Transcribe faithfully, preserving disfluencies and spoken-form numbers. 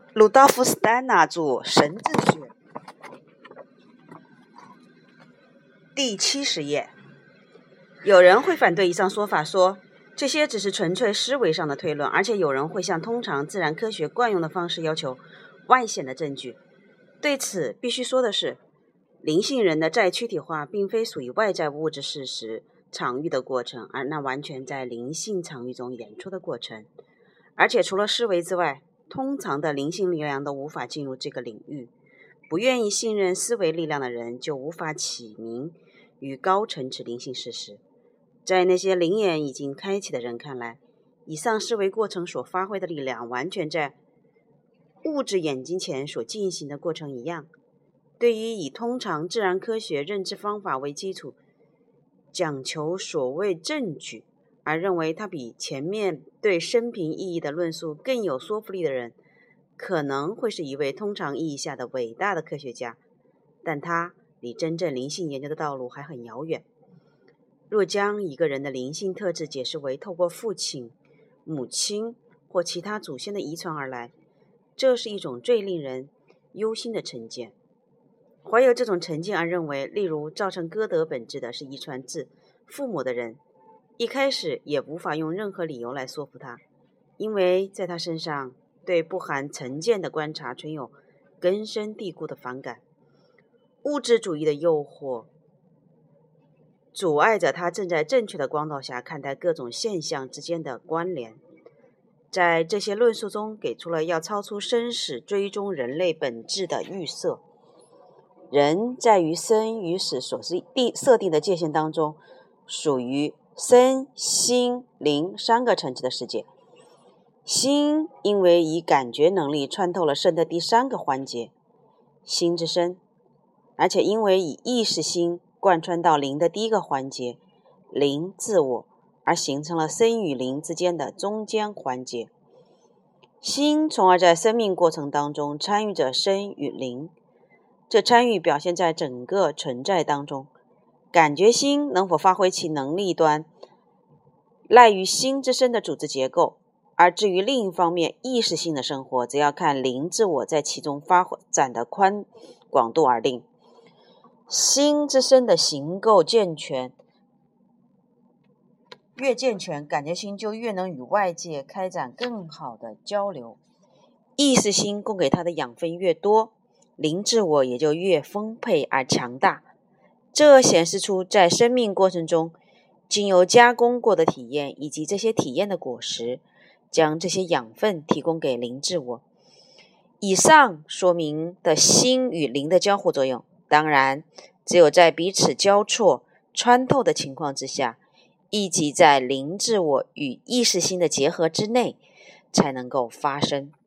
鲁道夫·斯丹纳著《神智学》第七十页。有人会反对以上说法，说这些只是纯粹思维上的推论，而且有人会像通常自然科学惯用的方式要求外显的证据。对此必须说的是，灵性人的再躯体化并非属于外在物质事实场域的过程，而那完全在灵性场域中演出的过程。而且除了思维之外，通常的灵性力量都无法进入这个领域。不愿意信任思维力量的人就无法启明与高层次灵性事实。在那些灵眼已经开启的人看来，以上思维过程所发挥的力量完全在物质眼睛前所进行的过程一样。对于以通常自然科学认知方法为基础，讲求所谓证据，而认为他比前面对生平意义的论述更有说服力的人，可能会是一位通常意义下的伟大的科学家，但他离真正灵性研究的道路还很遥远。若将一个人的灵性特质解释为透过父亲、母亲或其他祖先的遗传而来，这是一种最令人忧心的成见。怀有这种成见而认为，例如造成歌德本质的是遗传自父母的人，一开始也无法用任何理由来说服他，因为在他身上对不含成见的观察存有根深蒂固的反感。物质主义的诱惑阻碍着他正在正确的光道下看待各种现象之间的关联。在这些论述中给出了要超出生死追踪人类本质的预设。人在于生与死所设定的界限当中，属于身、心、灵三个层次的世界。心因为以感觉能力穿透了身的第三个环节，心之身，而且因为以意识心贯穿到灵的第一个环节，灵自我，而形成了身与灵之间的中间环节。心从而在生命过程当中参与着身与灵，这参与表现在整个存在当中。感觉心能否发挥其能力端，赖于心之身的组织结构，而至于另一方面意识性的生活，则要看灵自我在其中发展的宽广度而定。心之身的形构健全，越健全，感觉心就越能与外界开展更好的交流，意识心供给它的养分越多，灵自我也就越丰沛而强大。这显示出在生命过程中经由加工过的体验，以及这些体验的果实，将这些养分提供给灵自我。以上说明的心与灵的交互作用，当然只有在彼此交错穿透的情况之下，以及在灵自我与意识心的结合之内，才能够发生。